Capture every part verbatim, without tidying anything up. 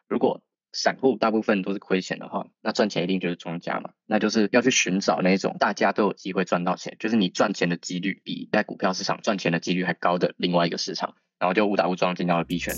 如果散户大部分都是亏钱的话，那赚钱一定就是庄家嘛，那就是要去寻找那种大家都有机会赚到钱，就是你赚钱的几率比在股票市场赚钱的几率还高的另外一个市场，然后就误打误撞进到了币圈。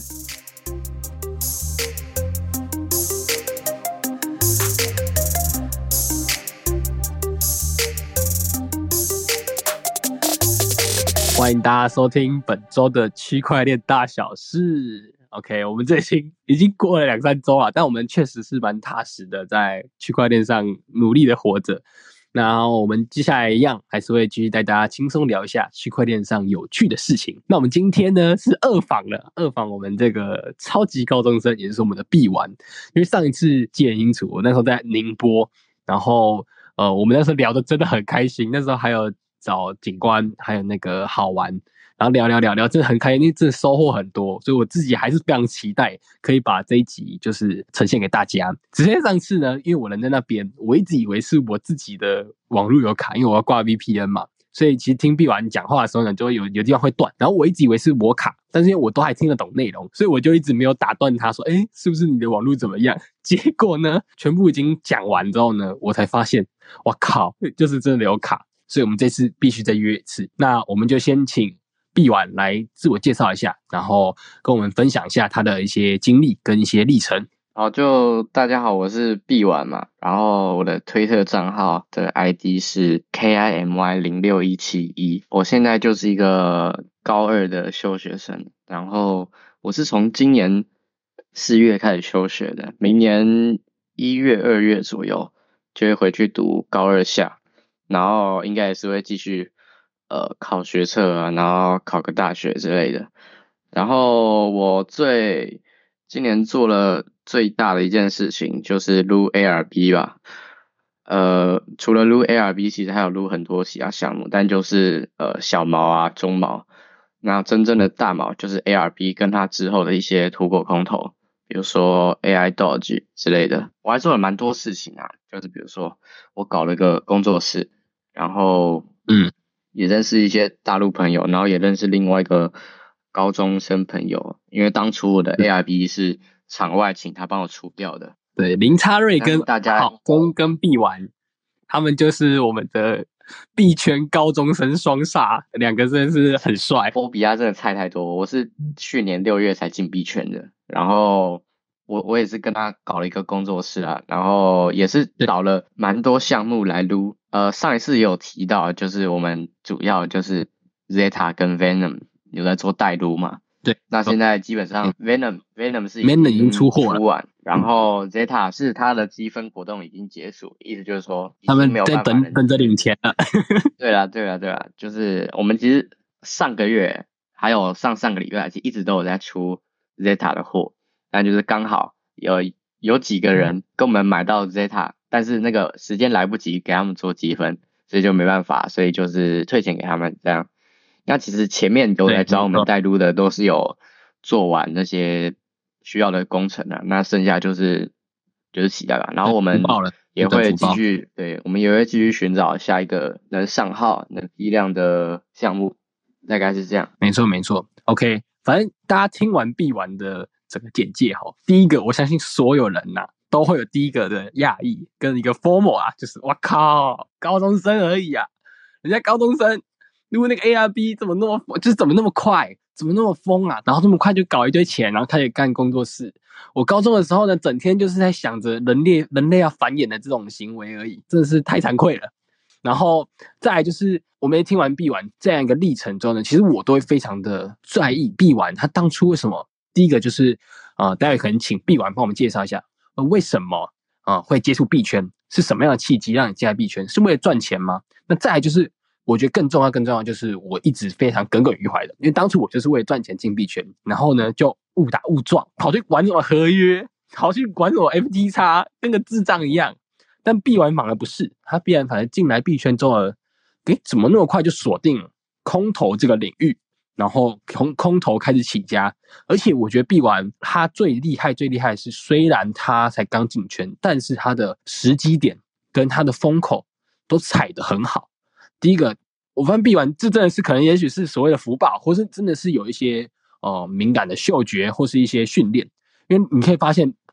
欢迎大家收听本周的区块链大小事。OK， 我们最近已经过了两三周了，但我们确实是蛮踏实的，在区块链上努力的活着。那我们接下来一样还是会继续带大家轻松聊一下区块链上有趣的事情。那我们今天呢是二访了，二访我们这个超级高中生，也就是我们的币玩。因为上一次记得很清楚，我那时候在宁波，然后呃，我们那时候聊得真的很开心，那时候还有找警官，还有那个好玩，然后聊聊聊聊，真的很开心，因为真的收获很多，所以我自己还是非常期待可以把这一集就是呈现给大家。只是上次呢，因为我人在那边，我一直以为是我自己的网络有卡，因为我要挂 V P N 嘛，所以其实听毕完讲话的时候呢，就会有有地方会断，然后我一直以为是我卡，但是因为我都还听得懂内容，所以我就一直没有打断他说，诶，是不是你的网络怎么样？结果呢，全部已经讲完之后呢，我才发现，哇靠，就是真的有卡。所以我们这次必须再约一次。那我们就先请毕玩来自我介绍一下，然后跟我们分享一下他的一些经历跟一些历程。 好，就大家好，我是毕玩嘛，然后我的推特账号的 I D 是 K I M Y 零六一七一，我现在就是一个高二的休学生，然后我是从今年四月开始休学的，明年一月、二月左右就会回去读高二下。然后应该也是会继续呃考学测啊，然后考个大学之类的。然后我最今年做了最大的一件事情就是撸 A R B 吧。呃，除了撸 A R B， 其实还有撸很多其他项目，但就是呃小毛啊、中毛。那真正的大毛就是 A R B 跟它之后的一些土狗空投，比如说 A I Doge 之类的。我还做了蛮多事情啊，就是比如说我搞了个工作室。然后， 嗯， 也认识一些大陆朋友，然后也认识另外一个高中生朋友，因为当初我的 A R B 是场外请他帮我除掉的。 对，林差瑞跟大家好跟跟毕玩，他们就是我们的币圈高中生双煞，两个真的是很帅。 波比亚真的菜太多，我是去年六月才进币圈的，然后。我我也是跟他搞了一个工作室啊，然后也是找了蛮多项目来撸。呃，上一次也有提到，就是我们主要就是 Zeta 跟 Venom 有在做代撸嘛。 对， 那现在基本上 Venom Venom 是已经, 已经出货了， 完，然后 Zeta 是它的积分活动已经结束，意思就是说他们在等等着领钱了。 对啦对啦对啦，就是我们其实上个月还有上上个礼拜其实一直都有在出 Zeta 的货。但就是刚好有有几个人跟我们买到 Zeta， 但是那个时间来不及给他们做积分，所以就没办法，所以就是退钱给他们这样。那其实前面有来找我们代撸的都是有做完那些需要的工程啊，那剩下就是就是期待吧。然后我们也会继续，对，我们也会继续寻找下一个能上号、能批量的项目，大概是这样。 没错没错 ，OK， 反正大家听完必玩的整个简介齁，第一个我相信所有人呐、啊、都会有第一个的讶异跟一个 FOMO 啊，就是哇靠，高中生而已啊，人家高中生如果那个 A R B 怎么那么就是怎么那么快，怎么那么疯啊，然后这么快就搞一堆钱，然后开始干工作室。我高中的时候呢，整天就是在想着人类人类要繁衍的这种行为而已，真的是太惭愧了。然后再来就是我们听完毕玩这样一个历程之后呢，其实我都会非常的在意毕玩他当初为什么。第一个就是呃，待会可能请毕玩帮我们介绍一下，呃，为什么啊、呃、会接触币圈，是什么样的契机让你进来币圈？是为了赚钱吗？那再来就是，我觉得更重要、更重要就是我一直非常耿耿于怀的，因为当初我就是为了赚钱进币圈，然后呢就误打误撞跑去玩什么合约，跑去玩什么 F T X， 跟个智障一样。但毕玩反而不是，他必然反而进来币圈之后，诶，怎么那么快就锁定空投这个领域？然后空空头开始起家，而且我觉得毕玩他最厉害最厉害的是，虽然他才刚进圈，但是他的时机点跟他的风口都踩得很好。第一个，我发现毕玩这真的是可能也许是所谓的福报，或是真的是有一些呃敏感的嗅觉，或是一些训练。因为你可以发现，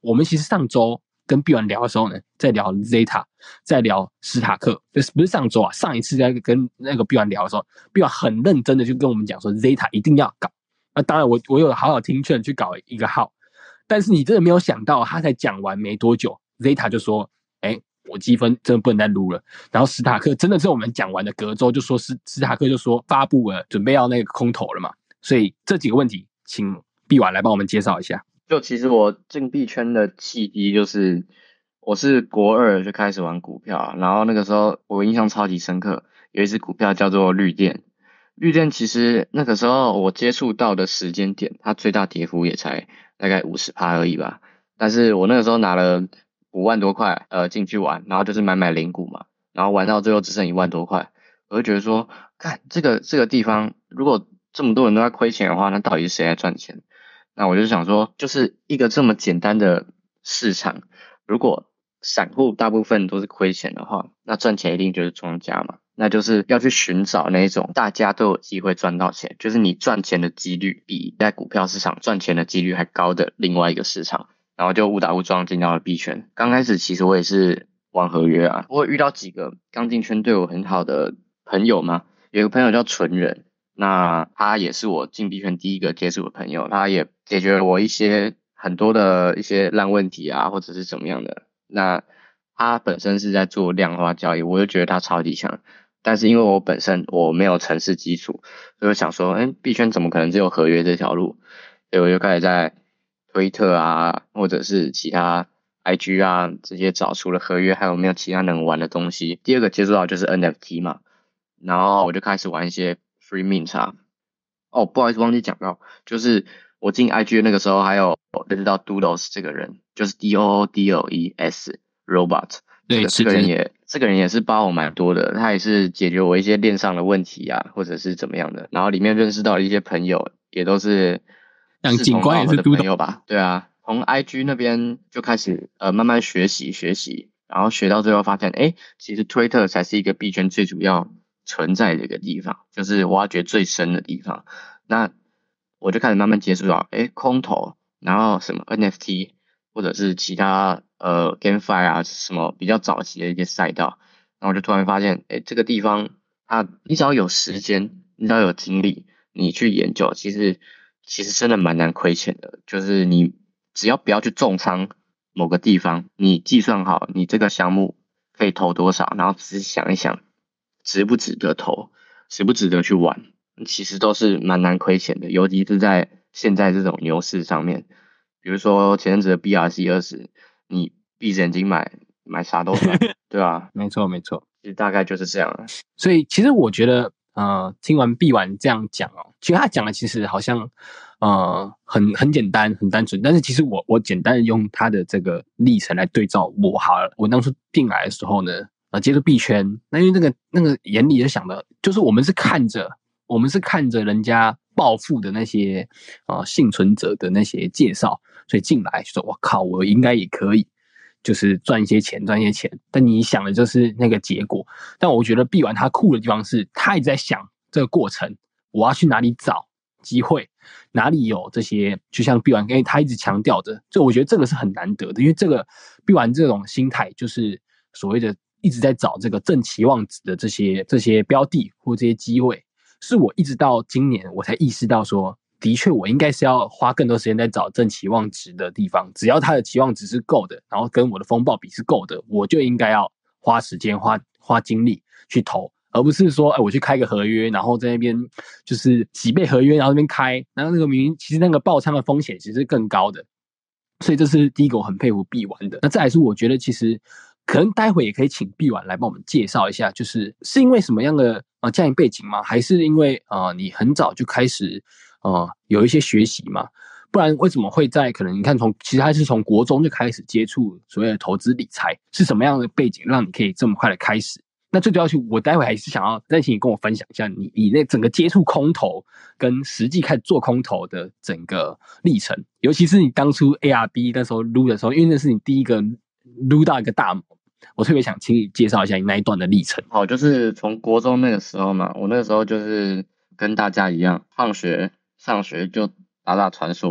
我们其实上周跟毕完聊的时候呢，在聊 Zeta， 在聊史塔克，就是不是上周啊，上一次在跟那个毕完聊的时候，毕完很认真的就跟我们讲说 Zeta 一定要搞。那当然我我有好好听劝去搞一个号，但是你真的没有想到，他才讲完没多久 ，Zeta 就说，哎，我积分真的不能再撸了。然后史塔克真的是我们讲完的隔周就说史史塔克就说发布了，准备要那个空投了嘛。所以这几个问题，请毕完来帮我们介绍一下。 就其实我进币圈的契机就是，我是国二就开始玩股票，然后那个时候我印象超级深刻，有一只股票叫做绿电。绿电其实那个时候我接触到的时间点，它最大跌幅也才大概 百分之五十 而已吧。但是我那个时候拿了五万多块呃进去玩，然后就是买买零股嘛，然后玩到最后只剩一万多块，我就觉得说，看这个这个地方，如果这么多人都在亏钱的话，那到底是谁在赚钱？那我就想说，就是一个这么简单的市场，如果散户大部分都是亏钱的话，那赚钱一定就是庄家嘛。那就是要去寻找那种大家都有机会赚到钱，就是你赚钱的几率比在股票市场赚钱的几率还高的另外一个市场，然后就误打误撞进到了币圈。刚开始其实我也是玩合约啊，我有遇到几个刚进圈对我很好的朋友嘛，有一个朋友叫纯人。那他也是我进币圈第一个接触的朋友，他也解决了我一些很多的一些烂问题啊，或者是怎么样的。那他本身是在做量化交易，我就觉得他超级强。但是因为我本身我没有程式基础，所以我想说，哎，币圈怎么可能只有合约这条路？所以我就开始在推特啊，或者是其他 I G 啊这些找除了合约还有没有其他能玩的东西。第二个接触到就是 N F T 嘛，然后我就开始玩一些Free Mint 啊，哦，不好意思，忘记讲到，就是我进 I G 的那个时候，还有认识到 Doodles 这个人，就是 D O O D L E S Robot， 这个这个人也这个人也是帮我蛮多的，他也是解决我一些链上的问题啊，或者是怎么样的，然后里面认识到的一些朋友，也都是志同道合的朋友吧，对啊，从 I G 那边就开始呃慢慢学习学习，然后学到最后发现，哎，其实推特才是一个币圈最主要存在的一个地方，就是挖掘最深的地方。那我就开始慢慢接触到，诶，空投，然后什么 N F T 或者是其他呃 GameFi 啊，什么比较早期的一些赛道，然后我就突然发现，诶，这个地方它你只要有时间，你只要有精力，你去研究，其实其实真的蛮难亏钱的，就是你只要不要去重仓某个地方，你计算好你这个项目可以投多少，然后只是想一想值不值得投，值不值得去玩。其实都是蛮难亏钱的，尤其是在现在这种牛市上面，比如说前阵子的 B R C 二十，你闭着眼睛买买啥都赚，对啊， 没错没错， 其实大概就是这样了。 所以其实我觉得，呃，听完毕完这样讲哦，其实他讲的其实好像，呃，很很简单很单纯，但是其实我我简单的用他的这个历程来对照我好了，我当初进来的时候呢，呃，接触币圈，那因为那个那个眼里就想的，就是我们是看着。我们是看着人家暴富的那些呃幸存者的那些介绍，所以进来就说我靠，我应该也可以，就是赚一些钱，赚一些钱。但你想的就是那个结果。但我觉得币完他酷的地方是，他一直在想这个过程，我要去哪里找机会，哪里有这些，就像币完，因为他一直强调的，就我觉得这个是很难得的，因为这个币完这种心态就是所谓的一直在找这个正期望值的这些这些标的或这些机会。是我一直到今年我才意识到说，的确我应该是要花更多时间在找正期望值的地方，只要它的期望值是够的，然后跟我的风暴比是够的，我就应该要花时间花花精力去投，而不是说，哎，我去开个合约，然后在那边就是几倍合约，然后那边开，然后那个明明其实那个爆仓的风险其实是更高的，所以这是第一个我很佩服币玩的。那再来是我觉得其实。可能待会也可以请毕婉来帮我们介绍一下，就是是因为什么样的呃家庭背景吗？还是因为呃你很早就开始呃有一些学习嘛？不然为什么会在可能你看从其实他是从国中就开始接触所谓的投资理财，是什么样的背景让你可以这么快的开始？那最主要是我待会还是想要再请你跟我分享一下你你那整个接触空头跟实际开始做空头的整个历程，尤其是你当初 A R B 那时候撸的时候，因为那是你第一个撸到一个大毛。我特别想请你介绍一下你那一段的历程。 好，就是从国中那个时候嘛，我那个时候就是跟大家一样，放学上学就打打传说，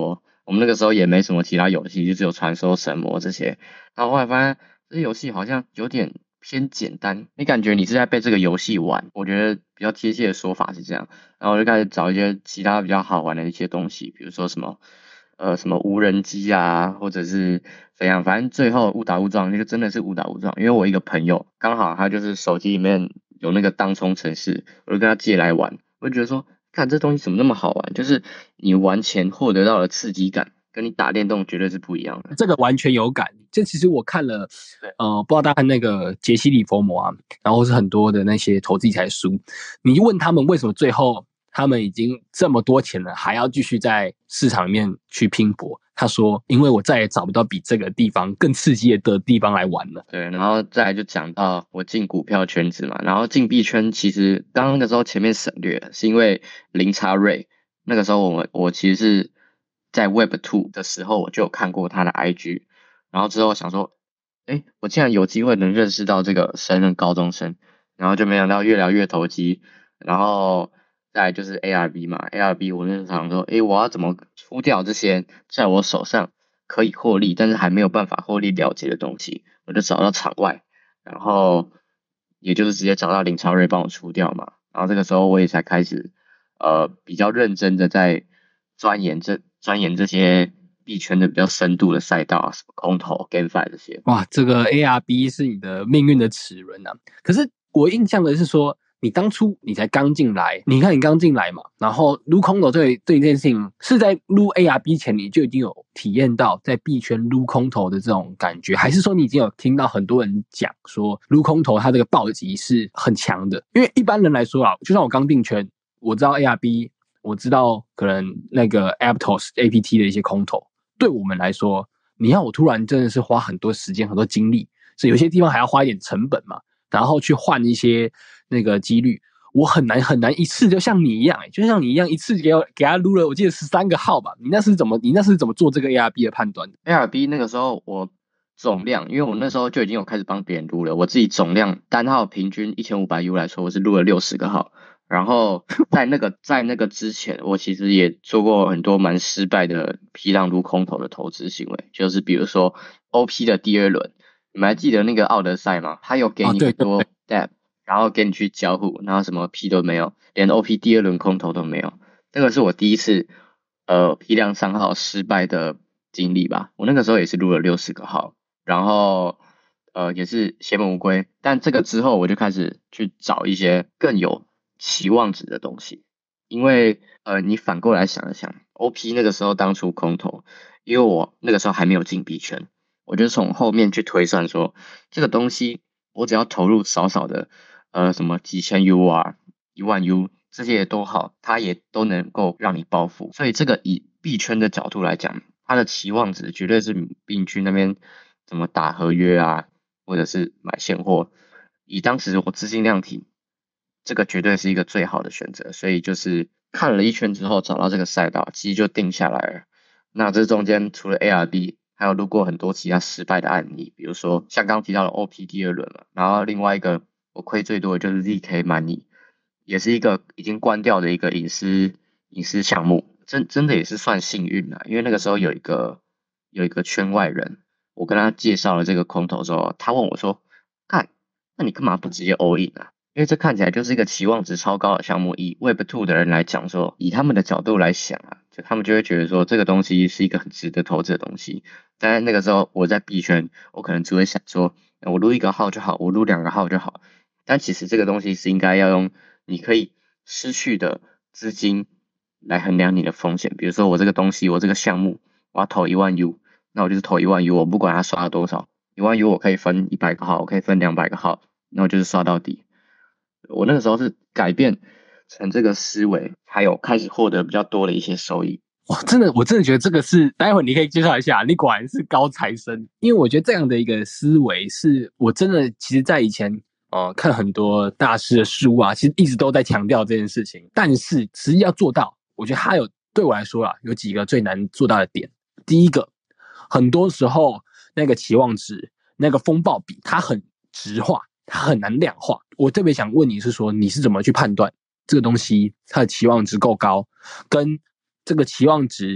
我们那个时候也没什么其他游戏，就只有传说神魔这些。然后后来发现这些游戏好像有点偏简单，你感觉你是在被这个游戏玩，我觉得比较贴切的说法是这样。然后我就开始找一些其他比较好玩的一些东西，比如说什么呃什么无人机啊，或者是怎样，反正最后误打误撞，那个真的是误打误撞，因为我一个朋友刚好他就是手机里面有那个当冲程式，我就跟他借来玩，我就觉得说，看这东西怎么那么好玩，就是你玩前获得到的刺激感，跟你打电动绝对是不一样的。 这个完全有感。这其实我看了，呃，不知道大家看那个杰西·里佛摩啊，然后是很多的那些投资理财书，你问他们为什么最后他们已经这么多钱了，还要继续在市场里面去拼搏？他说：“因为我再也找不到比这个地方更刺激的地方来玩了。” 对，然后再来就讲到我进股票圈子嘛，然后进币圈其实刚刚那个时候前面省略了，是因为零差瑞那个时候我我其实是在 Web 二 的时候我就有看过他的 I G， 然后之后想说，哎，我竟然有机会能认识到这个神人高中生，然后就没想到越聊越投机，然后再来就是 A R B 嘛，A R B 我那时候想说，哎，我要怎么出掉这些在我手上可以获利，但是还没有办法获利了结的东西，我就找到场外，然后也就是直接找到林超瑞帮我出掉嘛，然后这个时候我也才开始呃比较认真的在钻研这钻研这些币圈的比较深度的赛道啊，什么空投、GameFi 这些。 哇，这个 A R B 是你的命运的齿轮啊！可是我印象的是说，你当初你才刚进来，你看你刚进来嘛，然后撸空头对对这件事情是在撸 A R B 前你就已经有体验到在币圈撸空头的这种感觉，还是说你已经有听到很多人讲说撸空头它这个暴击是很强的？因为一般人来说啊，就像我刚进圈，我知道 A R B， 我知道可能那个 Aptos A P T 的一些空头，对我们来说。你要我突然真的是花很多时间、很多精力，所以有些地方还要花一点成本嘛，然后去换一些那个几率，我很难很难一次就像你一样、欸，就像你一样一次给我给他撸了，我记得十三个号吧，你那是怎么你那是怎么做这个 A R B 的判断的 ？A R B 那个时候我总量，因为我那时候就已经有开始帮别人撸了，我自己总量单号平均一千五百 U 来说，我是撸了六十个号。然后在那个在那个之前，我其实也做过很多蛮失败的批量撸空头的投资行为，就是比如说 O P 的第二轮，你们还记得那个奥德赛吗？他有给你很多 D A P，、啊、然后给你去交互，然后什么 P 都没有，连 O P 第二轮空头都没有。这个是我第一次呃批量上号失败的经历吧。我那个时候也是撸了六十个号，然后呃也是血本无归。但这个之后我就开始去找一些更有期望值的东西，因为呃，你反过来想一想 ，O P 那个时候当初空投，因为我那个时候还没有进币圈，我就从后面去推算说，这个东西我只要投入少少的，呃，什么几千 U 啊，一万 U 这些都好，它也都能够让你暴富，所以这个以币圈的角度来讲，它的期望值绝对是比你去那边怎么打合约啊，或者是买现货，以当时我资金量体。这个绝对是一个最好的选择，所以就是看了一圈之后找到这个赛道，其实就定下来了。那这中间除了 A R B， 还有路过很多其他失败的案例，比如说像刚提到的 O P 第二轮了，然后另外一个我亏最多的就是 Z K Money， 也是一个已经关掉的一个隐私隐私项目，真真的也是算幸运了，因为那个时候有一个有一个圈外人，我跟他介绍了这个空头之后，他问我说，看，那你干嘛不直接 all in 啊？因为这看起来就是一个期望值超高的项目，以 Web 二 的人来讲说，以他们的角度来想啊，就他们就会觉得说这个东西是一个很值得投资的东西。但那个时候我在币圈，我可能只会想说，我撸一个号就好，我撸两个号就好。但其实这个东西是应该要用你可以失去的资金来衡量你的风险。比如说我这个东西，我这个项目，我要投一万 U，那我就是投一万 U，我不管它刷了多少，一万 U 我可以分一百个号，我可以分两百个号，那我就是刷到底。我那个时候是改变成这个思维，还有开始获得比较多的一些收益。 哇，真的，我真的觉得这个是，待会你可以介绍一下，你果然是高材生，因为我觉得这样的一个思维是我真的，其实在以前呃看很多大师的书啊，其实一直都在强调这件事情，但是实际要做到，我觉得它有对我来说啊，有几个最难做到的点。第一个，很多时候那个期望值、那个风暴比，它很直化。它很难量化，我特别想问你是说，你是怎么去判断这个东西它的期望值够高，跟这个期望值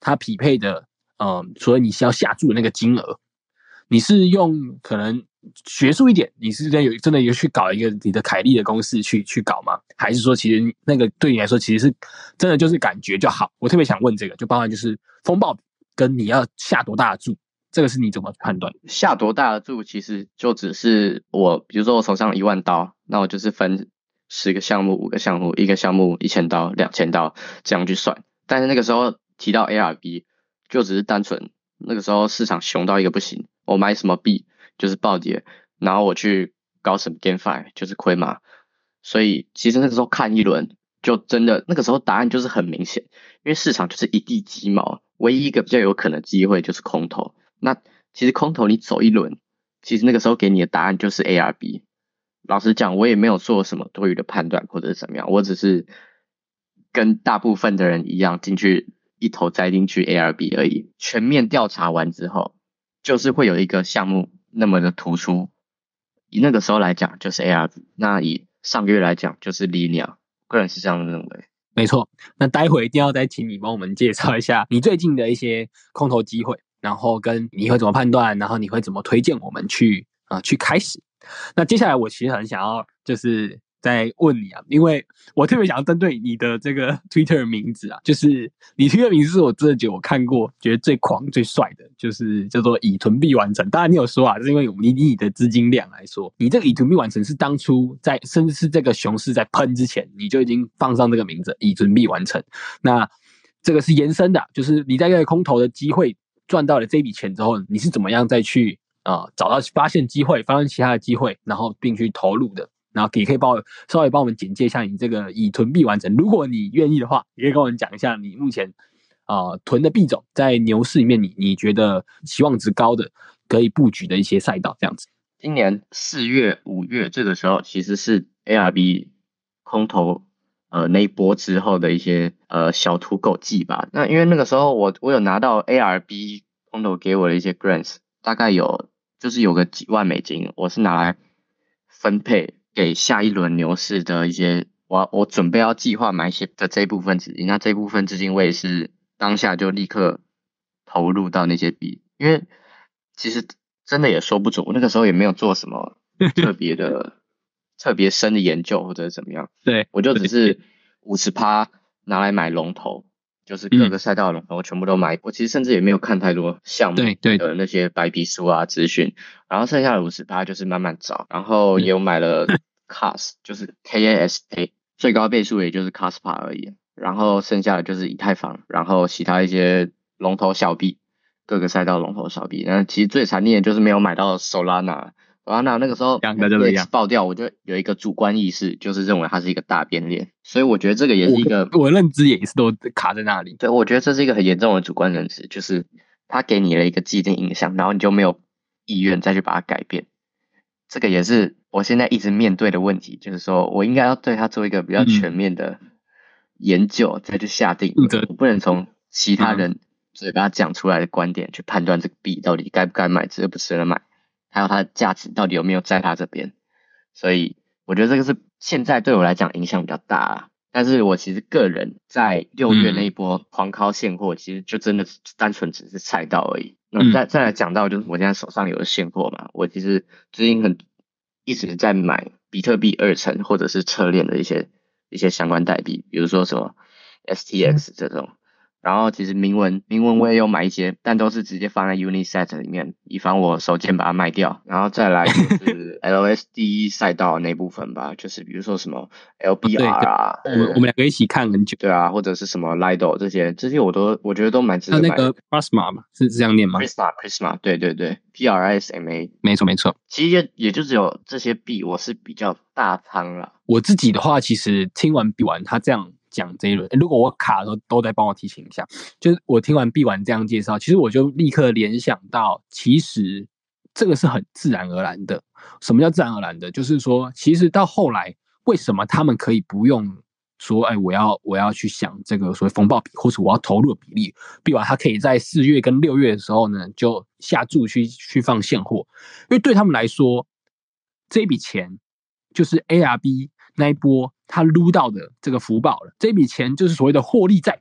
它匹配的，呃，除了你需要下注的那个金额，你是用可能学术一点，你是真的有真的有去搞一个你的凯利的公式去去搞吗？还是说其实那个对你来说其实是真的就是感觉就好？我特别想问这个，就包含就是风暴跟你要下多大的注，这个是你怎么判断？ 下多大的注其实就只是我，比如说我手上一万刀，那我就是分十个项目、五个项目，一个项目一千刀、两千刀这样去算。但是那个时候提到 A R B， 就只是单纯那个时候市场熊到一个不行，我买什么币就是暴跌，然后我去搞什么 GameFi 就是亏嘛。所以其实那个时候看一轮，就真的那个时候答案就是很明显，因为市场就是一地鸡毛，唯一一个比较有可能机会就是空头。那其实空头你走一轮，其实那个时候给你的答案就是 A R B。老实讲，我也没有做什么多余的判断或者是怎么样，我只是跟大部分的人一样进去一头栽进去 A R B 而已。全面调查完之后，就是会有一个项目那么的突出，以那个时候来讲就是 A R B， 那以上个月来讲就是 Linear， 个人是这样认为。 没错，那待会一定要再请你帮我们介绍一下你最近的一些空头机会，然后跟你会怎么判断，然后你会怎么推荐我们去啊、呃、去开始。那接下来我其实很想要就是再问你啊，因为我特别想要针对你的这个 Twitter 名字啊，就是你 Twitter 名字是我真的觉得我看过觉得最狂最帅的，就是叫做以囤币完成。当然你有说啊，是因为你以你的资金量来说，你这个以囤币完成是当初在甚至是这个熊市在喷之前，你就已经放上这个名字以囤币完成。那这个是延伸的，就是你在这个空头的机会赚到了这笔钱之后，你是怎么样再去呃找到发现机会，发现其他的机会，然后并去投入的。然后也可以帮我稍微帮我们简介一下你这个以囤币完成，如果你愿意的话，也可以跟我们讲一下你目前啊、呃、囤的币种在牛市里面你你觉得期望值高的可以布局的一些赛道这样子。 今年四月、五月这个时候，其实是 A R B 空头呃那一波之后的一些呃小土狗季吧。那因为那个时候我我有拿到 A R B 空头给我的一些 grants， 大概有就是有个几万美金，我是拿来分配给下一轮牛市的一些，我我准备要计划买一些的这一部分资金，那这一部分资金我也是当下就立刻投入到那些币，因为其实真的也说不准，我那个时候也没有做什么特别的特别深的研究或者怎么样， 对， 我就只是 百分之五十 拿来买龙头，就是各个赛道的龙头我全部都买，我其实甚至也没有看太多项目的那些白皮书啊资讯，然后剩下的 百分之五十 就是慢慢找，然后也有买了 C A S， 就是 K A S A， 最高倍数也就是 C A S P A 而已，然后剩下的就是以太坊，然后其他一些龙头小币，各个赛道龙头小币，那其实最惨烈的就是没有买到 Solana。Solana 那个时候 X 爆掉，我就有一个主观意识，就是认为它是一个大变链，所以我觉得这个也是一个， 我, 我认知也是都卡在那里。 对，我觉得这是一个很严重的主观认知，就是它给你了一个既定印象，然后你就没有意愿再去把它改变。这个也是我现在一直面对的问题，就是说我应该要对它做一个比较全面的研究，嗯、再去下定论。我不能从其他人嘴巴讲出来的观点去判断这个币到底该不该买，值不值得买。还有它的价值到底有没有在它这边，所以我觉得这个是现在对我来讲影响比较大啦。但是我其实个人在六月那一波狂敲现货，其实就真的单纯只是菜刀而已。那再再来讲到就是我现在手上有的现货嘛，我其实最近很一直在买比特币二层或者是侧链的一些一些相关代币，比如说什么 S T X 这种。然后其实铭文铭文我也有买一些，但都是直接放在 Unisat 里面，以防我手贱把它卖掉。然后再来就是 L S D 赛道那部分吧，就是比如说什么 L B R 啊， 我们我们两个一起看很久。 对啊，或者是什么 Lido 这些，这些我都我觉得都蛮值得买的。 那那个 Prisma 嘛，是这样念吗 ？Prisma Prisma， 对对对 ，P R I S M A， 没错没错。 其实也也就只有这些币我是比较大仓啦。 我自己的话，其实听完币完他这样讲这一轮，如果我卡的时候都在帮我提醒一下。就是我听完币完这样介绍，其实我就立刻联想到，其实这个是很自然而然的。什么叫自然而然的？就是说，其实到后来，为什么他们可以不用说，哎，我要我要去想这个所谓风暴比，或者我要投入的比例，币完它可以在四月跟六月的时候呢，就下注去去放现货，因为对他们来说，这一笔钱就是 A R B 那一波他撸到的这个福报了，这笔钱就是所谓的获利再滚，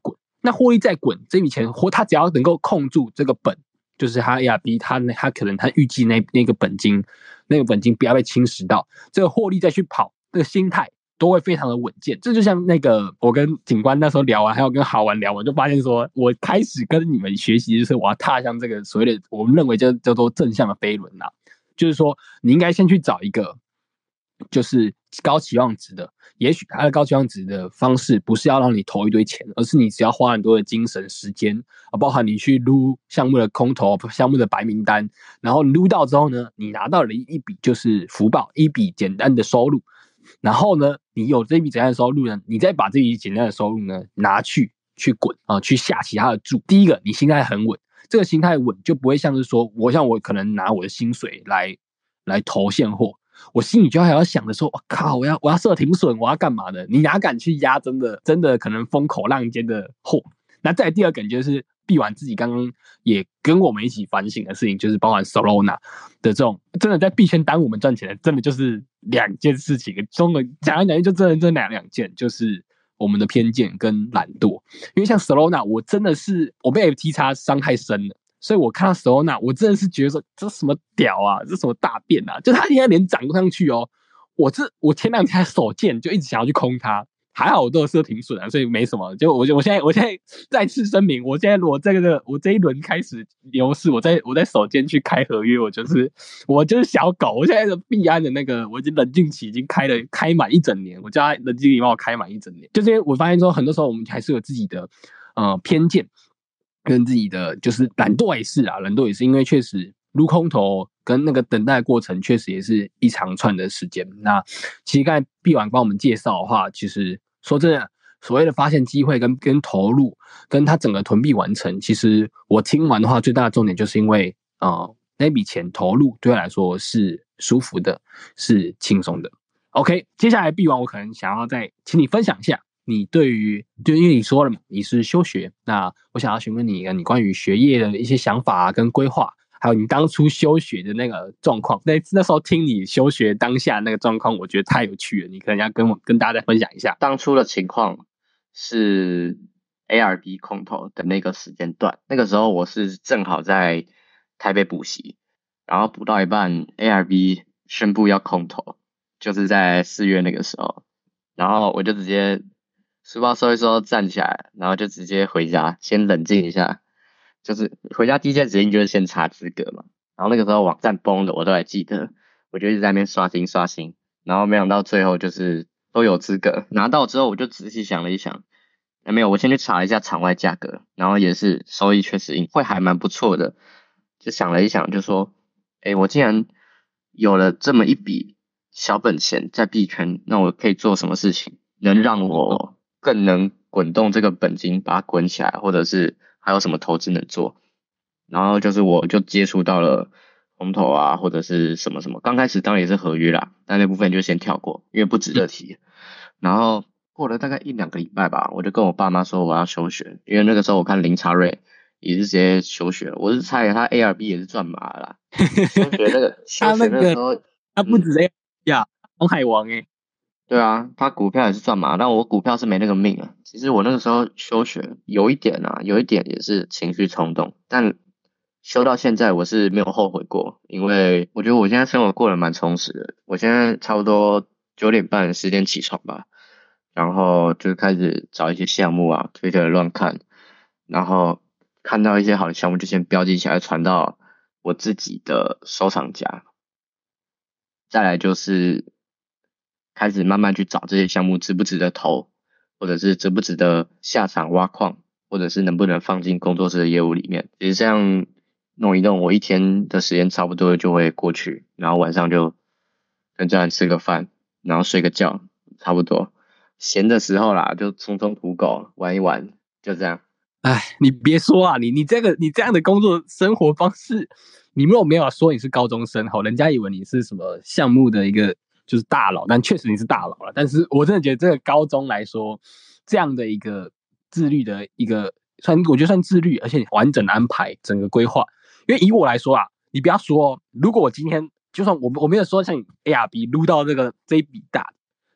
那获利再滚这笔钱，或他只要能够控住这个本，就是他 A R B 他他可能他预计那那个本金那个本金不要被侵蚀到，这个获利再去跑，这个心态都会非常的稳健。这就像那个我跟警官那时候聊完，还有跟豪玩聊完，就发现说我开始跟你们学习，就是我要踏向这个所谓的我们认为叫叫做正向的飞轮啦，就是说你应该先去找一个就是高期望值的，也许它的高期望值的方式不是要让你投一堆钱，而是你只要花很多的精神时间，包含你去撸项目的空投、项目的白名单，然后撸到之后呢，你拿到了一笔就是福报，一笔简单的收入，然后呢，你有这笔简单的收入呢，你再把这笔简单的收入呢拿去去滚啊、呃，去下其他的注。第一个，你心态很稳，这个心态稳就不会像是说我像我可能拿我的薪水来来投现货。我心里就还要想的说，我靠，我要我要设停损，我要干嘛的？你哪敢去压真的真的可能风口浪尖的货？那再来第二个就是毕完自己刚刚也跟我们一起反省的事情，就是包含 Solana 的这种真的在币圈耽误我们赚钱的，真的就是两件事情。中文讲来讲去就真的这两两件，就是我们的偏见跟懒惰。因为像 Solana， 我真的是我被 F T X 伤太深了。所以我看到 Solana， 我真的是觉得说这什么屌啊，这什么大便啊！就它现在连涨不上去哦，我这我前两天手贱就一直想要去空它，还好我都有设停损啊，所以没什么。就我我现在我现在再次声明，我现在我这个我这一轮开始牛市，我在我在手贱去开合约，我就是我就是小狗。我现在的币安的那个我已经冷静期已经开了开满一整年，我叫他冷静期帮我开满一整年。就是因为我发现说，很多时候我们还是有自己的呃偏见。跟自己的就是懒惰也是啊，懒惰也是因为确实撸空头跟那个等待的过程确实也是一长串的时间。那其实刚才毕婉帮我们介绍的话，其实说真的，所谓的发现机会跟跟投入，跟他整个囤币完成，其实我听完的话，最大的重点就是因为呃那笔钱投入对我来说是舒服的，是轻松的。OK， 接下来毕完我可能想要再请你分享一下。你对于，就因为你说了嘛，你是休学，那我想要询问你，你关于学业的一些想法、啊、跟规划，还有你当初休学的那个状况。那那时候听你休学当下那个状况，我觉得太有趣了，你可能要跟我跟大家再分享一下。 当初的情况是 A R B 空投的那个时间段，那个时候我是正好在台北补习，然后补到一半 A R B 宣布要空投，就是在四月那个时候，然后我就直接书包收一收，站起来，然后就直接回家，先冷静一下。就是回家第一件事情就是先查资格嘛。然后那个时候网站崩了，我都还记得，我就一直在那边刷新刷新。然后没想到最后就是都有资格拿到之后，我就仔细想了一想，哎没有，我先去查了一下场外价格，然后也是收益确实会还蛮不错的。就想了一想，就说，哎，我既然有了这么一笔小本钱在币圈，那我可以做什么事情能让我更能滚动这个本金把它滚起来，或者是还有什么投资能做。然后就是我就接触到了红头啊，或者是什么什么，刚开始当然也是合约啦，但那部分就先跳过，因为不值得提。然后过了大概一两个礼拜吧，我就跟我爸妈说我要休学，因为那个时候我看林查瑞也是直接休学了，我是猜他 A R B 也是赚麻啦。休学那个休学那个时候， 他不止 A R B 啊，航海王诶。 对啊，他股票也是赚嘛，但我股票是没那个命啊。其实我那个时候休学有一点啊，有一点也是情绪冲动，但休到现在我是没有后悔过，因为我觉得我现在生活过得蛮充实的。我现在差不多九点半十点起床吧，然后就开始找一些项目啊，推特乱看，然后看到一些好的项目就先标记起来，传到我自己的收藏夹。再来就是开始慢慢去找这些项目值不值得投，或者是值不值得下场挖矿，或者是能不能放进工作室的业务里面。其实这样弄一弄，我一天的时间差不多就会过去，然后晚上就跟家人吃个饭，然后睡个觉，差不多。闲的时候啦，就冲冲土狗，玩一玩，就这样。 哎，你别说啊，你你这个你这样的工作生活方式，你如果没有说你是高中生，好，人家以为你是什么项目的一个就是大佬，但确实你是大佬了。但是我真的觉得这个高中来说，这样的一个自律的一个算，我觉得算自律，而且完整的安排整个规划。因为以我来说啊，你不要说，如果我今天就算我我没有说像你 A R B 撸到这个这一笔大，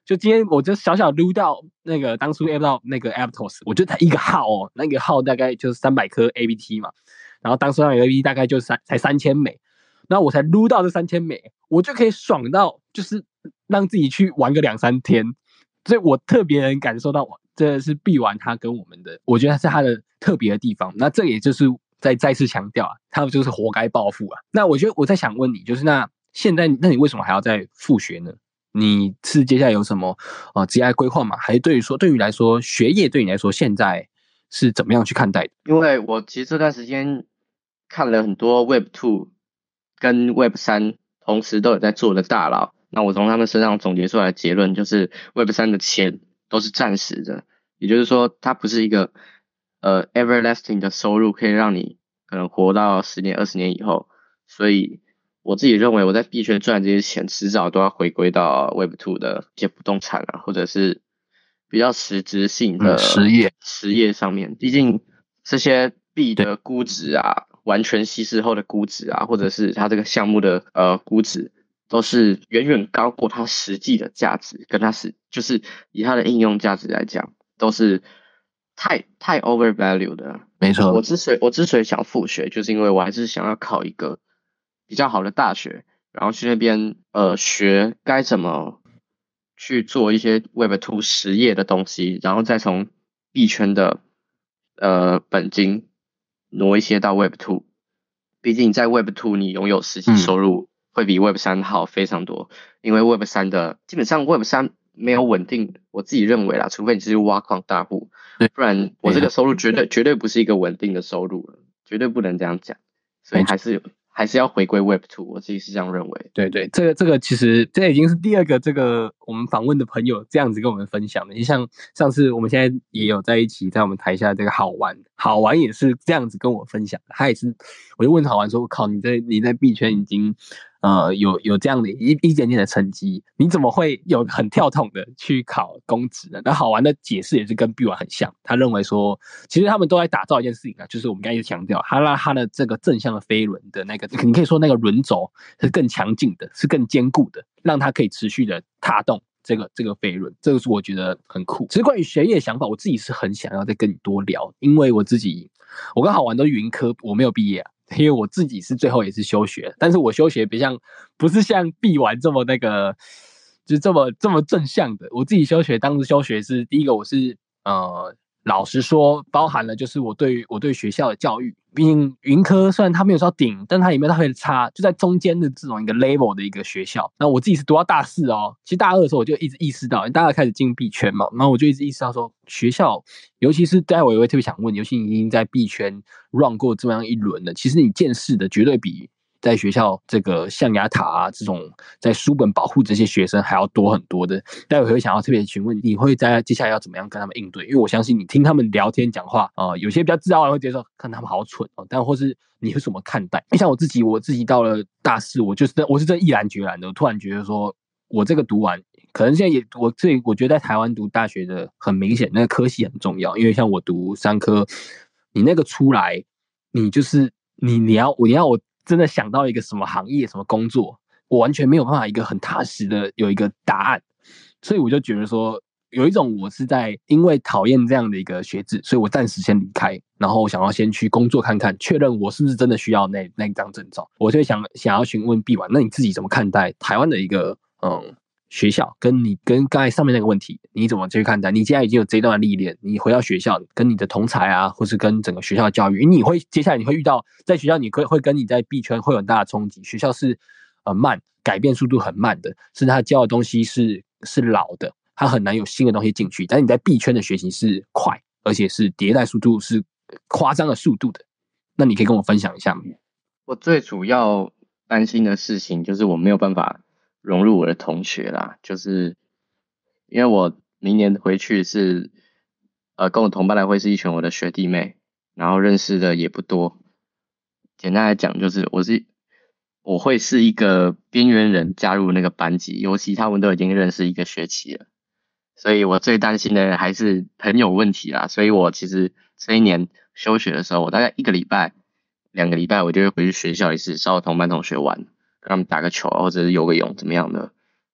就今天我就小小撸到那个当初 app 到那个 Aptos， 我就才一个号哦，那个号大概就是三百颗 A B T 嘛，然后当初那个 A B T 大概就三才三千美，然后我才撸到这三千美，我就可以爽到就是让自己去玩个两三天，所以我特别能感受到这是必玩他跟我们的，我觉得是他的特别的地方。那这也就是再再次强调啊，他们就是活该报复啊。那我觉得我在想问你，就是那现在那你为什么还要再复学呢？你是接下来有什么呃职业规划吗？还是对于说对于来说学业对你来说现在是怎么样去看待的？ 因为我其实这段时间看了很多 Web 二 跟 Web 三同时都有在做的大佬，那我从他们身上总结出来的结论就是 Web 三的钱都是暂时的，也就是说它不是一个呃 everlasting 的收入，可以让你可能活到十年二十年以后，所以我自己认为我在币圈赚这些钱迟早都要回归到 Web 二 的一些不动产啊，或者是比较实质性的实业实业上面，毕竟这些币的估值啊，完全稀释后的估值啊，或者是它这个项目的呃估值，都是远远高过它实际的价值，跟它是就是以它的应用价值来讲，都是太太 overvalue 的。 没错， 我之所以我之所以想复学，就是因为我还是想要考一个比较好的大学，然后去那边呃学该怎么去做一些 Web 二 实业的东西，然后再从币圈的呃本金挪一些到 Web 二。毕竟在 Web 二 你拥有实际收入会比 Web 三好非常多，因为 Web 三的基本上 Web 三没有稳定，我自己认为啦，除非你是挖矿大户，不然我这个收入绝对绝对不是一个稳定的收入了，绝对不能这样讲，所以还是还是要回归 Web 二，我自己是这样认为。 对对，这个这个其实这已经是第二个这个我们访问的朋友这样子跟我们分享的。你像上次我们现在也有在一起，在我们台下这个好玩，好玩也是这样子跟我分享的。他也是，我就问好玩说：“我靠，你在你在币圈已经呃有有这样的一一点点的成绩，你怎么会有很跳痛的去考公职呢？”那好玩的解释也是跟币玩很像，他认为说，其实他们都在打造一件事情啊，就是我们刚才一直强调，他让他的这个正向的飞轮的那个，你可以说那个轮轴是更强劲的，是更坚固的，让它可以持续的踏动这个这个飞轮，这个是我觉得很酷。其实关于学业的想法，我自己是很想要再跟你多聊，因为我自己我跟好玩都是云科，我没有毕业啊。因为我自己是最后也是休学，但是我休学不像不是像毕完这么那个，就是这么这么正向的。我自己休学，当时休学是第一个，我是呃，老实说，包含了就是我对我对学校的教育，毕竟云科虽然它没有到顶，但它也没有到很差，就在中间的这种一个 level 的一个学校。那我自己是读到大四哦，其实大二的时候我就一直意识到，大二开始进币圈嘛，然后我就一直意识到说，学校，尤其是待会我也会特别想问，尤其你已经在币圈 run 过这么样一轮了，其实你见识的绝对比在学校这个象牙塔啊这种在书本保护这些学生还要多很多的。待会会想要特别询问，你会在接下来要怎么样跟他们应对？因为我相信你听他们聊天讲话啊、呃，有些比较自傲的会觉得说，看他们好蠢哦，但或是你会怎么看待？像我自己，我自己到了大四，我就是我是真毅然决然的，我突然觉得说，我这个读完。可能现在也，我这里我觉得在台湾读大学的很明显，那个科系很重要，因为像我读商科，你那个出来，你就是你你要你要我真的想到一个什么行业什么工作，我完全没有办法一个很踏实的有一个答案，所以我就觉得说，有一种我是在因为讨厌这样的一个学制，所以我暂时先离开，然后我想要先去工作看看，确认我是不是真的需要那那一张证照，我就想想要询问毕婉，那你自己怎么看待台湾的一个嗯？学校跟你跟刚才上面那个问题，你怎么去看待？你现在已经有这段历练，你回到学校跟你的同才啊，或是跟整个学校的教育，你会接下来你会遇到在学校，你会会跟你在币圈会有很大的冲击。学校是呃慢，改变速度很慢的，甚至他教的东西是是老的，他很难有新的东西进去。但是你在币圈的学习是快，而且是迭代速度是夸张的速度的。那你可以跟我分享一下吗？ 我最主要担心的事情就是我没有办法融入我的同学啦，就是因为我明年回去是呃跟我同班的会是一群我的学弟妹，然后认识的也不多。简单来讲就是我是我会是一个边缘人加入那个班级，尤其他们都已经认识一个学期了，所以我最担心的还是朋友问题啦。所以我其实这一年休学的时候，我大概一个礼拜、两个礼拜我就会回去学校一次，找我同班同学玩。跟他们打个球或者是游个泳怎么样的，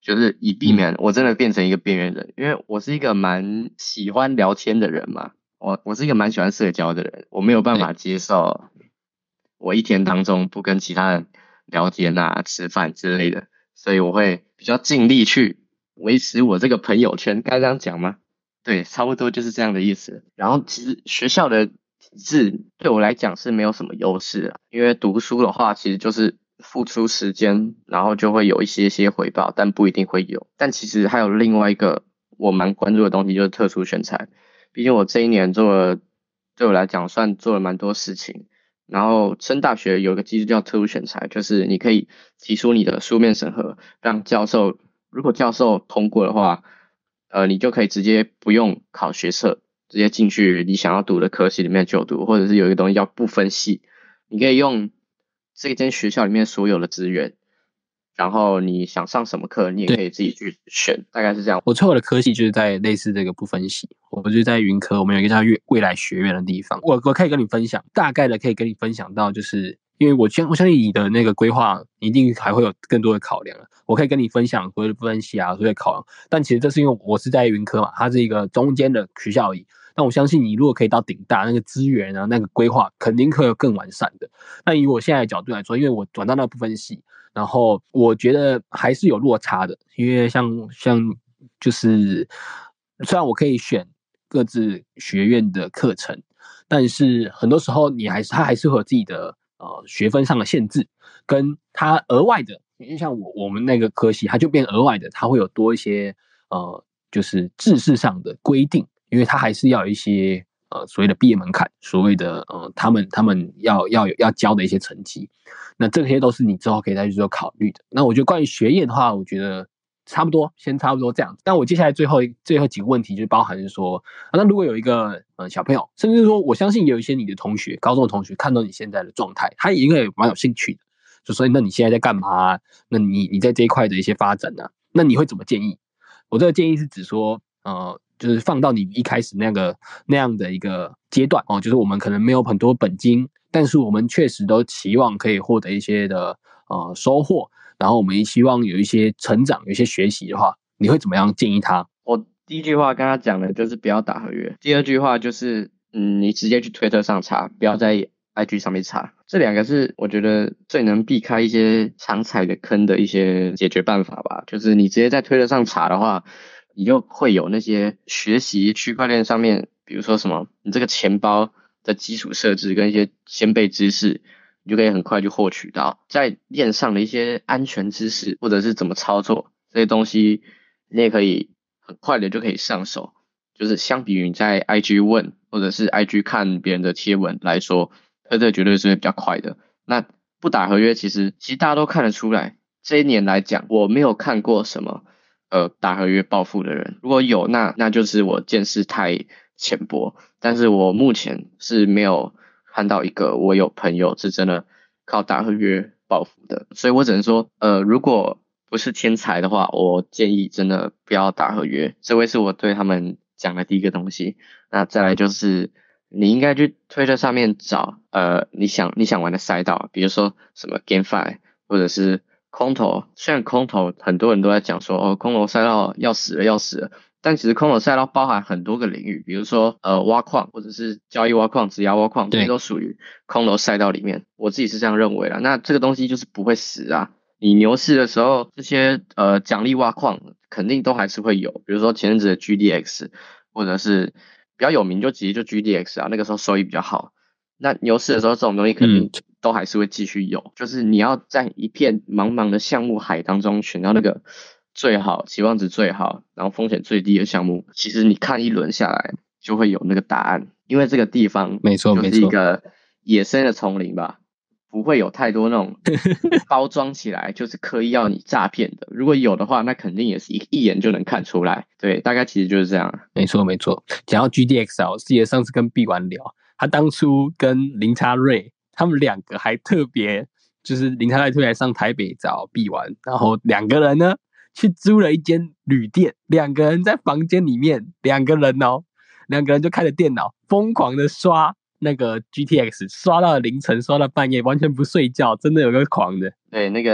就是以避免我真的变成一个边缘人，因为我是一个蛮喜欢聊天的人嘛，我我是一个蛮喜欢社交的人，我没有办法接受我一天当中不跟其他人聊天啊、吃饭之类的，所以我会比较尽力去维持我这个朋友圈，该这样讲吗？对，差不多就是这样的意思。然后其实学校的体制对我来讲是没有什么优势啊，因为读书的话其实就是付出时间，然后就会有一些些回报，但不一定会有。但其实还有另外一个我蛮关注的东西，就是特殊选才。毕竟我这一年做了，对我来讲算做了蛮多事情。然后升大学有一个机制叫特殊选才，就是你可以提出你的书面审核，让教授，如果教授通过的话，呃，你就可以直接不用考学测，直接进去你想要读的科系里面就读，或者是有一个东西叫不分系，你可以用这间学校里面所有的资源，然后你想上什么课，你也可以自己去选，大概是这样。 我最后的科系就是在类似这个不分系，我就是在云科，我们有一个叫未来学院的地方，我我可以跟你分享，大概的可以跟你分享到，就是因为我相我相信你的那个规划一定还会有更多的考量，我可以跟你分享所谓的不分系啊，所谓的考量，但其实这是因为我是在云科嘛，它是一个中间的学校而已。但我相信你如果可以到顶大，那个资源啊，那个规划肯定会有更完善的。那以我现在的角度来说，因为我转到那个不分系，然后我觉得还是有落差的，因为像像就是虽然我可以选各自学院的课程，但是很多时候你还是他还是会有自己的呃学分上的限制，跟他额外的，因为像我我们那个科系，它就变额外的，它会有多一些呃就是制式上的规定，因为它还是要有一些呃所谓的毕业门槛，所谓的呃他们他们要要有要交的一些成绩，那这些都是你之后可以再去做考虑的。那我觉得关于学业的话，我觉得差不多，先差不多这样子。但我接下来最后最后几个问题就包含是说，啊、那如果有一个呃小朋友，甚至说我相信有一些你的同学，高中的同学看到你现在的状态，他也应该也蛮有兴趣的，就说那你现在在干嘛、啊？那你你在这一块的一些发展呢、啊？那你会怎么建议？我这个建议是指说，呃，就是放到你一开始那个那样的一个阶段哦，就是我们可能没有很多本金，但是我们确实都期望可以获得一些的呃收获，然后我们也希望有一些成长，有一些学习的话，你会怎么样建议他？ 我第一句话跟他讲的就是不要打合约，第二句话就是嗯，你直接去推特上查，不要在 I G 上面查。这两个是我觉得最能避开一些常踩的坑的一些解决办法吧。就是你直接在推特上查的话，你就会有那些学习区块链上面，比如说什么，你这个钱包的基础设置跟一些先辈知识，你就可以很快就获取到。在链上的一些安全知识或者是怎么操作这些东西，你也可以很快的就可以上手。就是相比于你在 I G 问或者是 I G 看别人的贴文来说，推特绝对是会比较快的。那不打合约，其实其实大家都看得出来，这一年来讲，我没有看过什么呃打合约暴富的人。如果有，那那就是我见识太浅薄。但是我目前是没有看到一个我有朋友是真的靠打合约暴富的，所以我只能说，呃，如果不是天才的话，我建议真的不要打合约。这会是我对他们讲的第一个东西。那再来就是你应该去推特上面找呃你想你想玩的赛道，比如说什么 GameFi 或者是空投。虽然空投很多人都在讲说哦空投赛道要死了要死了，但其实空投赛道包含很多个领域，比如说呃挖矿或者是交易挖矿、质押挖矿，这些都属于空投赛道里面。我自己是这样认为啦。那这个东西就是不会死啊。你牛市的时候，这些呃奖励挖矿肯定都还是会有，比如说前阵子的 G D X， 或者是比较有名就直接就 G D X 啊，那个时候收益比较好。那牛市的时候，这种东西肯定都还是会继续有，嗯、就是你要在一片茫茫的项目海当中选到那个最好、期望值最好，然后风险最低的项目，其实你看一轮下来就会有那个答案，因为这个地方没错， 就是一个野生的丛林吧。不会有太多那种包装起来就是刻意要你诈骗的，如果有的话，那肯定也是一一眼就能看出来。对，大概其实就是这样。 没错没错。讲到 G D X 啊，我记得上次跟毕完聊，他当初跟林叉瑞他们两个还特别，就是林叉瑞特别上台北找毕完，然后两个人呢去租了一间旅店，两个人在房间里面，两个人哦，两个人就开着电脑疯狂的刷那个 G T X， 刷到凌晨，刷到半夜，完全不睡觉，真的有个狂的。 对，那个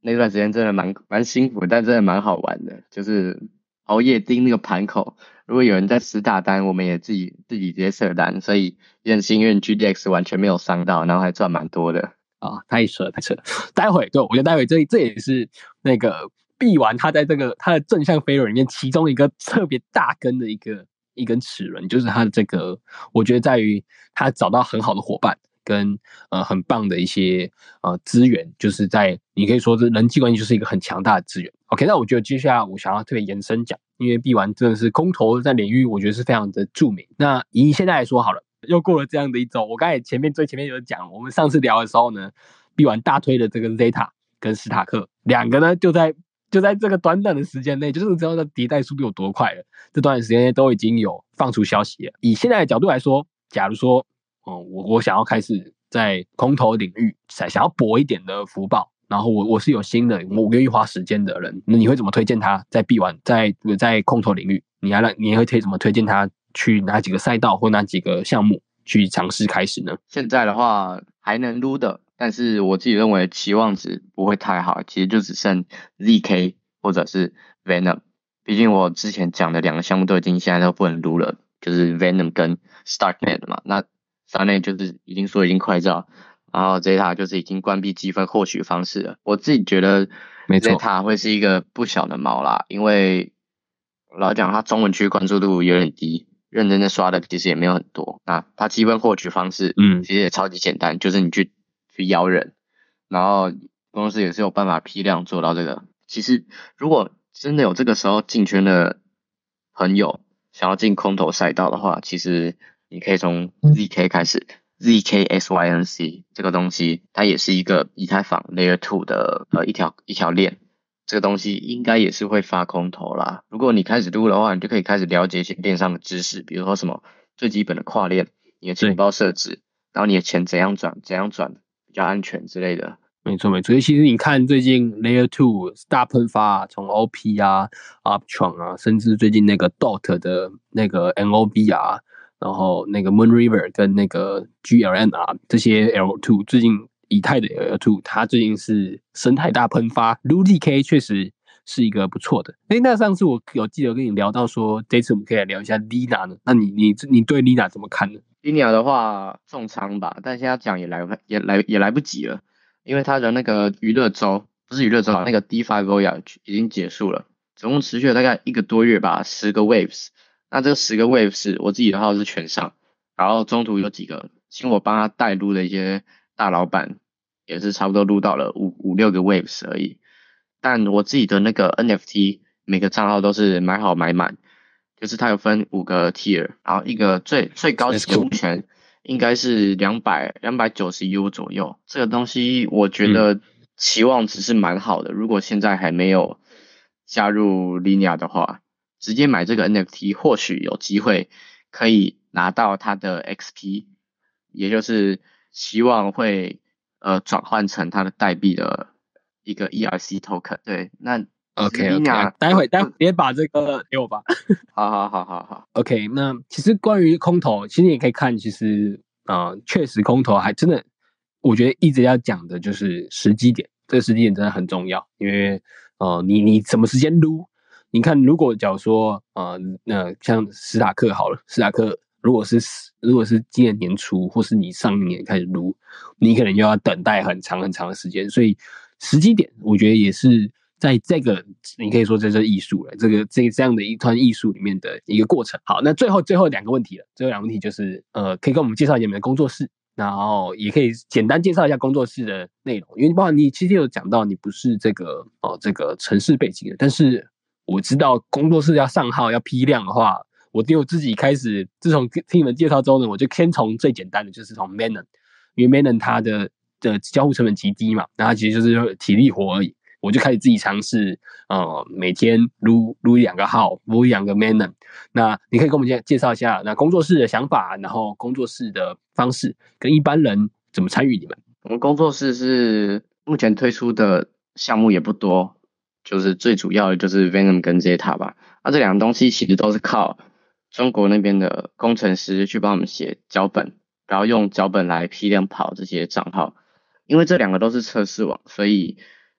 那段时间真的蛮蛮辛苦，但真的蛮好玩的，就是熬夜盯那个盘口。如果有人在死打单，我们也自己自己直接撤单，所以也很幸运 G D X 完全没有伤到，然后还赚蛮多的。 啊，太扯了太扯了。待会对我觉得待会这这也是那个币丸他在这个他的正向飞轮里面其中一个特别大根的一个一根齿轮，就是他的这个，我觉得在于他找到很好的伙伴跟呃很棒的一些呃资源，就是在你可以说这人际关系就是一个很强大的资源。OK， 那我觉得接下来我想要特别延伸讲，因为币丸真的是空投在领域，我觉得是非常的著名。那以现在来说好了。又过了这样的一周，我刚才前面最前面有讲，我们上次聊的时候呢，币丸大推的这个 Zeta 跟史塔克两个呢，就在就在这个短短的时间内，就是知道它迭代速度有多快了。这段时间内都已经有放出消息了。以现在的角度来说，假如说，哦、嗯，我我想要开始在空投领域想想要搏一点的福报，然后我我是有新的，我愿意花时间的人，那你会怎么推荐他在币丸在在空投领域？你还让你会推怎么推荐他？去哪几个赛道或哪几个项目去尝试开始呢？ 现在的话还能撸的，但是我自己认为期望值不会太好，其实就只剩 Z K 或者是 Venom。毕竟我之前讲的两个项目都已经现在都不能撸了，就是 Venom 跟 Starknet 嘛。那 Starknet 就是已经说已经快照，然后 Zeta 就是已经关闭积分获取方式了。我自己觉得 Zeta 会是一个不小的毛啦，因为老讲它中文区关注度有点低。认真的刷的其实也没有很多，那它积分获取方式，嗯，其实也超级简单，嗯、就是你去去邀人，然后公司也是有办法批量做到这个。其实如果真的有这个时候进圈的朋友想要进空投赛道的话，其实你可以从 Z K 开始、嗯、，Z K S Y N C 这个东西，它也是一个以太坊 Layer two 的呃一条一条链。这个东西应该也是会发空投啦。如果你开始撸的话，你就可以开始了解一些链上的知识，比如说什么最基本的跨链，你的钱包设置，然后你的钱怎样转，怎样转比较安全之类的。 没错没错，其实你看最近 Layer two 大喷发，从 O P 啊、Uptron 啊，甚至最近那个 D O T 的那个 N O B 啊，然后那个 Moon River 跟那个 G L N R 这些 L two 最近。以太的 L two， 它最近是生态大喷发 ，L D K 确实是一个不错的。哎，那上次我有记得跟你聊到说，这次我们可以来聊一下 Lina 呢。那你你你对 Lina 怎么看呢 ？Lina 的话重仓吧，但现在讲也来也来也来不及了，因为它的那个娱乐周不是娱乐周啊，那个 DeFi Voyage 已经结束了，总共持续了大概一个多月吧，十个 Waves。那这十个 Waves 我自己的号是全上，然后中途有几个请我帮他带路的一些。大老板也是差不多录到了五五六个 waves 而已，但我自己的那个 N F T 每个账号都是买好买满，就是它有分五个 tier， 然后一个最最高级的目前应该是两百两百九十 U 左右，这个东西我觉得期望值是蛮好的。如果现在还没有加入 Lina 的话，直接买这个 N F T 或许有机会可以拿到它的 X P， 也就是希望会呃转换成它的代币的一个 E R C token。对，那 OK OK， 待会待会别把这个给我吧。 好好好好好。 OK， 那其实关于空投，其实你可以看，其实呃确实空投还真的，我觉得一直要讲的就是时机点，这个时机点真的很重要，因为呃你你什么时间撸？你看，如果假如说呃那像史塔克好了，史塔克。如果是如果是今年年初，或是你上一年开始撸，你可能又要等待很长很长的时间，所以时机点，我觉得也是在这个你可以说这是艺术了，这个这这样的一团艺术里面的一个过程。好，那最后最后两个问题了，最后两个问题就是呃，可以跟我们介绍一下你们的工作室，然后也可以简单介绍一下工作室的内容，因为包括你其实有讲到你不是这个哦、呃、这个城市背景的，但是我知道工作室要上号要批量的话。我就自己开始，自从听你们介绍之后呢，我就先从最简单的，就是从 Manon， 因为 Manon 它的的交互成本极低嘛，那它其实就是体力活而已。我就开始自己尝试，呃，每天撸撸一两个号，撸一两个 Manon。那你可以跟我们介介绍一下那工作室的想法，然后工作室的方式，跟一般人怎么参与你们。 我们工作室是目前推出的项目也不多，就是最主要的就是 Venom 跟 Zeta 吧。那这两个东西其实都是靠中国那边的工程师去帮我们写脚本，然后用脚本来批量跑这些账号。因为这两个都是测试网，所以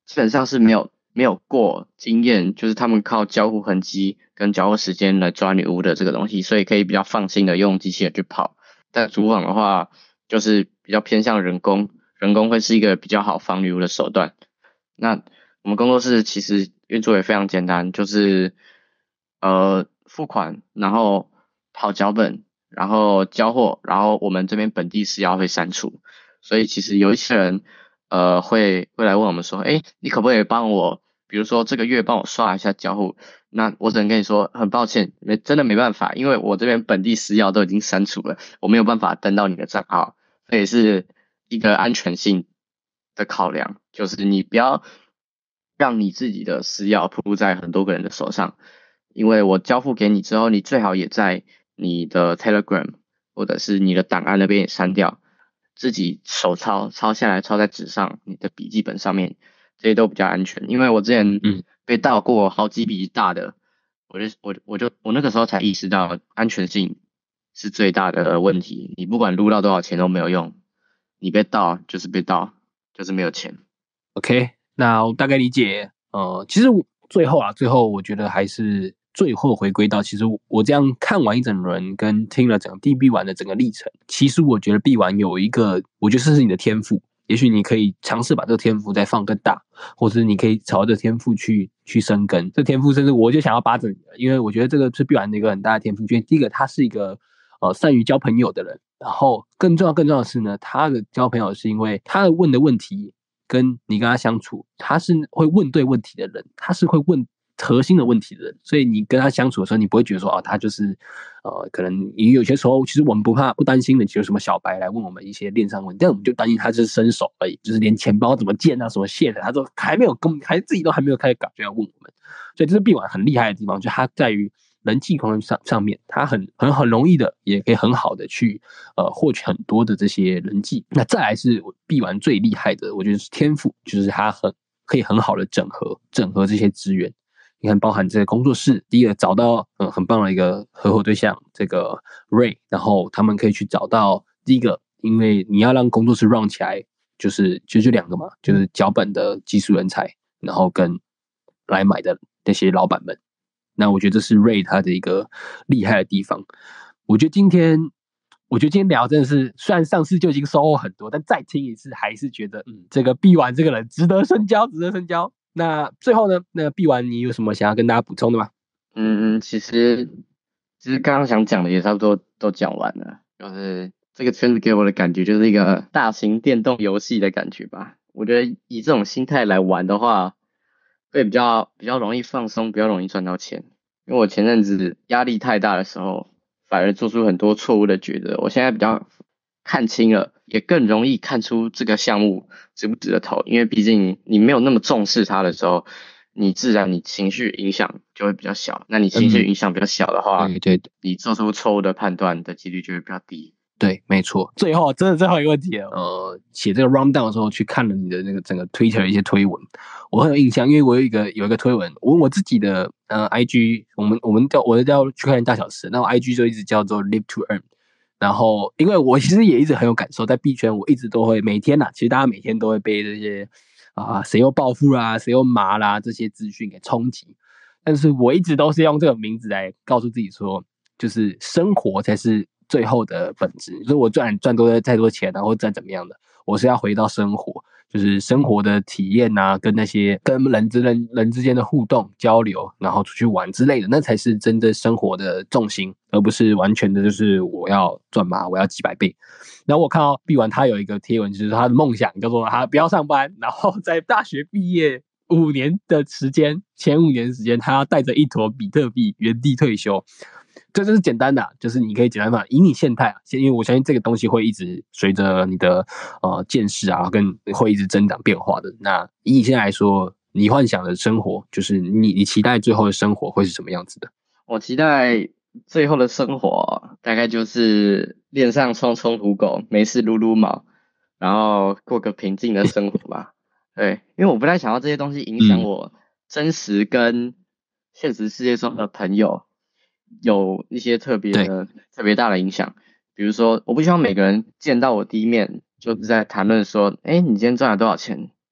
基本上是没有没有过经验，就是他们靠交互痕迹跟交互时间来抓女巫的这个东西，所以可以比较放心的用机器人去跑。但主网的话，就是比较偏向人工，人工会是一个比较好防女巫的手段。那我们工作室其实运作也非常简单，就是呃付款，然后跑脚本，然后交货，然后我们这边本地私钥会删除。所以其实有一些人呃会会来问我们说，哎，你可不可以帮我，比如说这个月帮我刷一下交互？那我只能跟你说，很抱歉，没真的没办法，因为我这边本地私钥都已经删除了，我没有办法登到你的账号，这也是一个安全性的考量，就是你不要让你自己的私钥暴露在很多个人的手上，因为我交付给你之后，你最好也在你的 Telegram 或者是你的档案那边也删掉，自己手抄抄下来，抄在纸上，你的笔记本上面，这些都比较安全。因为我之前嗯被盗过好几笔大的，我就我我就我那个时候才意识到安全性是最大的问题。你不管撸到多少钱都没有用，你被盗就是被盗，就是没有钱。 ，OK，那我大概理解。呃，其实我最后啊，最后我觉得还是最后回归到，其实我我这样看完一整轮，跟听了整个 D B 玩的整个历程，其实我觉得 B 玩有一个，我觉得这是你的天赋。也许你可以尝试把这个天赋再放更大，或者你可以朝着天赋去去生根。这天赋甚至我就想要扒着你了，因为我觉得这个是必然的一个很大的天赋。因为第一个，他是一个呃善于交朋友的人，然后更重要更重要的是呢，他的交朋友是因为他的问的问题跟你跟他相处，他是会问对问题的人，他是会问核心的问题的人，所以你跟他相处的时候，你不会觉得说哦，他就是呃，可能你有些时候其实我们不怕不担心的，有什么小白来问我们一些链上问题，但我们就担心他就是新手而已，就是连钱包怎么建啊，什么线的，他都还没有跟还自己都还没有开始搞就要问我们，所以这是币玩很厉害的地方，就他在于人际功能上上面，他很很很容易的，也可以很好的去呃获取很多的这些人际。那再来是币玩最厉害的，我觉得是天赋，就是他很可以很好的整合整合这些资源。你看，包含这个工作室，第一个找到嗯很棒的一个合伙对象，这个 Ray，然后他们可以去找到第一个，因为你要让工作室 run 起来，就是就就两个嘛，就是脚本的技术人才，然后跟来买的那些老板们。那我觉得这是 Ray 他的一个厉害的地方。我觉得今天，我觉得今天聊真的是，虽然上次就已经收获很多，但再听一次还是觉得，嗯，这个毕完这个人值得深交，值得深交。那最后呢，那毕完你有什么想要跟大家补充的吗？ 嗯嗯，其实其实刚刚想讲的也差不多都讲完了，就是这个圈子给我的感觉就是一个大型电动游戏的感觉吧。我觉得以这种心态来玩的话，会比较比较容易放松，比较容易赚到钱。因为我前阵子压力太大的时候，反而做出很多错误的抉择。我现在比较看清了，也更容易看出这个项目值不值得投。因为毕竟你没有那么重视它的时候，你自然你情绪影响就会比较小。那你情绪影响比较小的话， 对对对你做出错误的判断的几率就会比较低。 对，没错。最后，真的最后一个问题了。呃，写这个 round down 的时候，去看了你的那个整个 Twitter 的一些推文，我很有印象，因为我有一个有一个推文，我问我自己的呃 I G，我们我们叫我的叫区块链大小事，那我 I G 就一直叫做 Live to Earn。然后，因为我其实也一直很有感受，在币圈我一直都会每天呐、啊，其实大家每天都会被这些啊谁又暴富啦，谁又麻啦这些资讯给冲击，但是我一直都是用这个名字来告诉自己说，就是生活才是最后的本质。就是我赚赚多再多钱，然后再怎么样的，我是要回到生活，就是生活的体验啊，跟那些跟人之人人之间的互动交流，然后出去玩之类的，那才是真正生活的重心，而不是完全的就是我要赚嘛，我要几百倍。然后我看到毕完他有一个贴文，就是他的梦想叫做他不要上班，然后在大学毕业五年的时间，前五年的时间，他要带着一坨比特币原地退休。这就是简单的、啊，就是你可以简单嘛，以你现态啊，因为我相信这个东西会一直随着你的呃见识啊，跟会一直增长变化的。那以你现在来说，你幻想的生活，就是你你期待最后的生活会是什么样子的？ 我期待最后的生活大概就是链上冲冲土狗，没事撸撸毛，然后过个平静的生活吧。对，因为我不太想要这些东西影响我真实跟现实世界中的朋友有一些特别的特别大的影响。比如说，我不希望每个人见到我第一面就是在谈论说，哎，你今天赚了多少钱？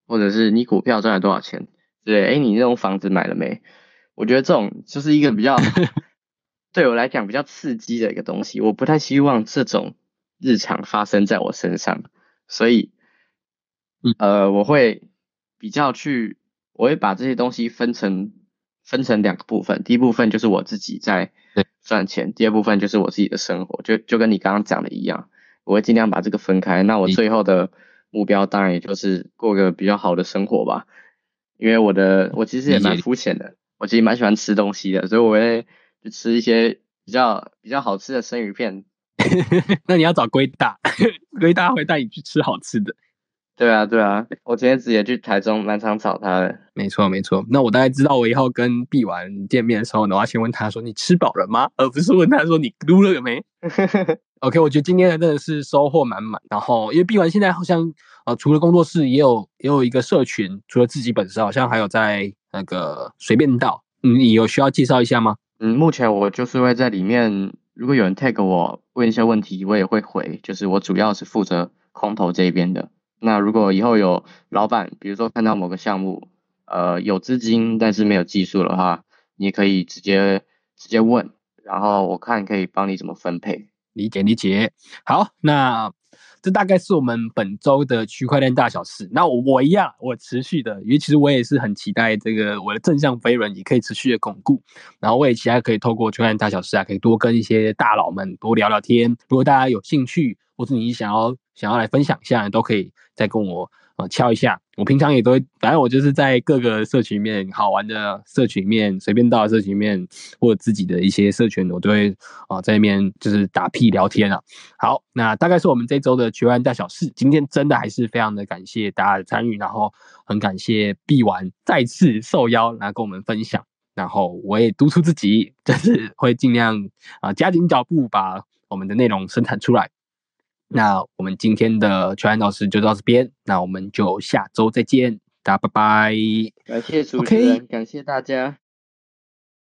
或者是你股票赚了多少钱之类，哎，你那种房子买了没？我觉得这种就是一个比较对我来讲比较刺激的一个东西，我不太希望这种日常发生在我身上，所以嗯， 呃，我会比较去，我会把这些东西分成分成两个部分，第一部分就是我自己在对， 赚钱，第二部分就是我自己的生活，就就跟你刚刚讲的一样，我会尽量把这个分开。那我理最后的目标当然也就是过个比较好的生活吧，因为我的我其实也蛮理解。 肤浅的，我其实蛮喜欢吃东西的，所以我会去吃一些比较比较好吃的生鱼片。 那你要找龟大，龟大会带你去吃好吃的。 对啊，对啊，我今天直接去台中蛮常找他的。 没错，没错。那我大概知道，我以后跟毕完见面的时候呢，我要先问他说：“你吃饱了吗？”而不是问他说：“你撸了没？”OK，我觉得今天的真的是收获满满。然后，因为毕完现在好像呃，除了工作室，也有也有一个社群，除了自己本身，好像还有在那个随便道。嗯，你有需要介绍一下吗？ 嗯，目前我就是会在里面，如果有人 tag 我问一些问题，我也会回，就是我主要是负责空投这一边的。那如果以后有老板，比如说看到某个项目，呃，有资金但是没有技术的话，你也可以直接直接问，然后我看可以帮你怎么分配。 理解理解。好，那这大概是我们本周的区块链大小事。那我我一样，我持续的，因为其实我也是很期待这个我的正向飞轮也可以持续的巩固。然后我也期待可以透过区块链大小事啊，可以多跟一些大佬们多聊聊天。如果大家有兴趣，或是你想要想要来分享一下，都可以再跟我呃敲一下。我平常也都会，反正我就是在各个社群里面好玩的社群里面，随便到的社群里面，或者自己的一些社群，我都会啊、呃、在那边就是打屁聊天啊。好，那大概是我们这周的区块链大小事。今天真的还是非常的感谢大家的参与，然后很感谢毕完再次受邀来跟我们分享。然后我也督促自己，就是会尽量啊、呃、加紧脚步，把我们的内容生产出来。那我们今天的全安老师就到这边，那我们就下周再见，大家拜拜。 感谢主持 OK， 人，感谢大家。